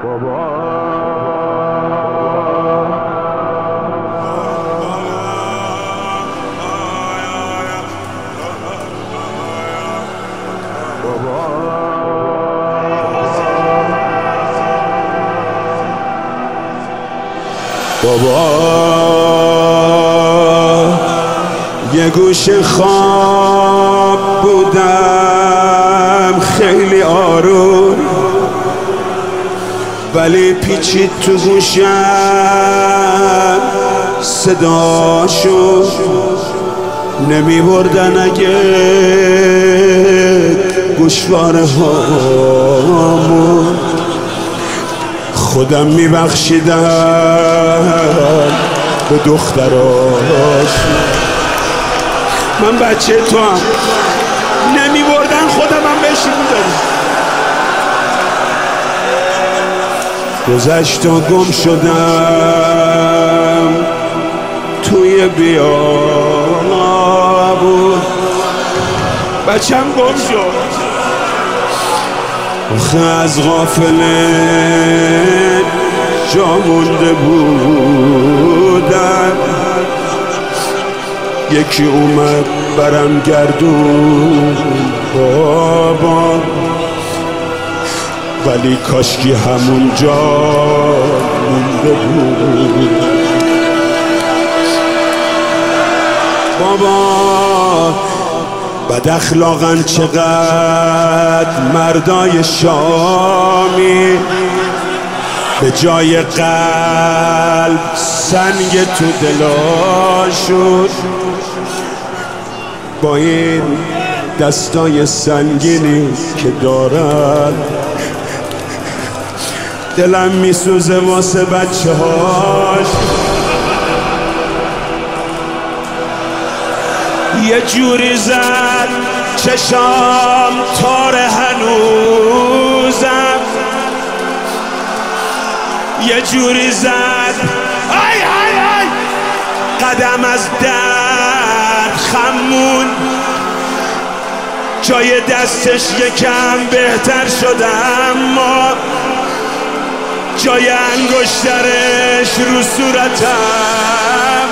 بابا یه گوشه خواب بودم خیلی آروم، ولی پیچید تو گوشم صداشو نمی بردن اگه گوشواره هامون خودم می بخشیدم به دختراش. من بچه تو هم نمی بردن خودم هم بهش بودم. گذشت و گم شدم توی بیابون، بچم گم شد آخه از غافله جا مونده بودم. یکی اومد برم گردون بابا، ولی کاشکی همون جا مونده بود. بابا بد اخلاقن چقدر مردای شامی، به جای قلب سنگ تو دلاشون، با این دستای سنگینی که دارن دلم میسوزه واسه بچه هاش. یه جوری زد چشام تار هنوزم، یه جوری زد آی آی آی قدم از درد خمون، جای دستش یکم بهتر شد اما جای انگشترش رو صورتم.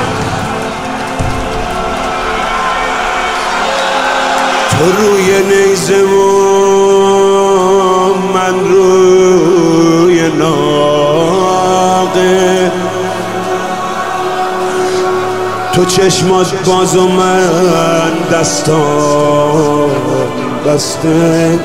تو روی نیزه و من روی ناقه، تو چشمات باز و من دستان بسته.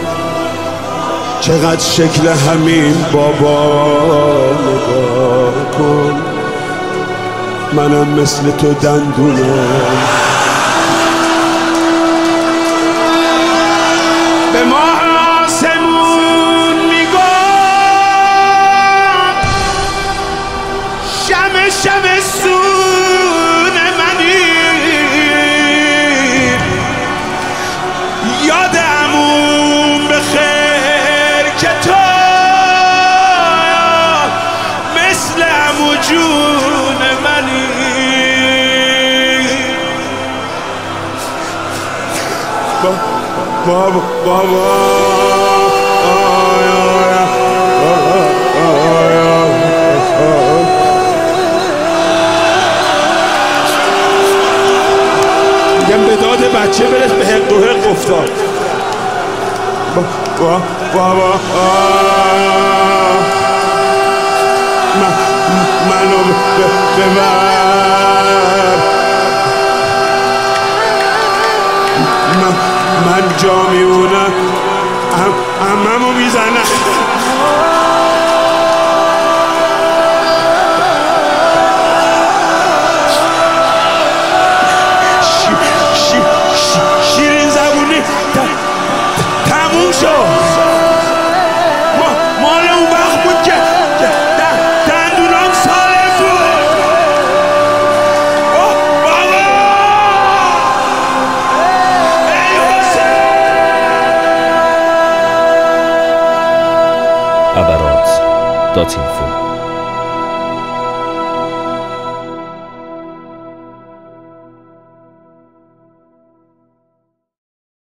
چقدر شکل همین بابا نگاه کن، منم مثل تو دندونم. به ما آسمون میگفت شمع شمع سون منی، یاد عموم بخیر که تو مثل عمو جون منی. بابا بابا میگم به داد بچه برس به حق و حق افتاد. بابا منو ببر، من جا میمونم عممو میزنم. شیرین زبونی تموم شد. مال اون وقت بود که دندونام سالم بود. Aberrant.info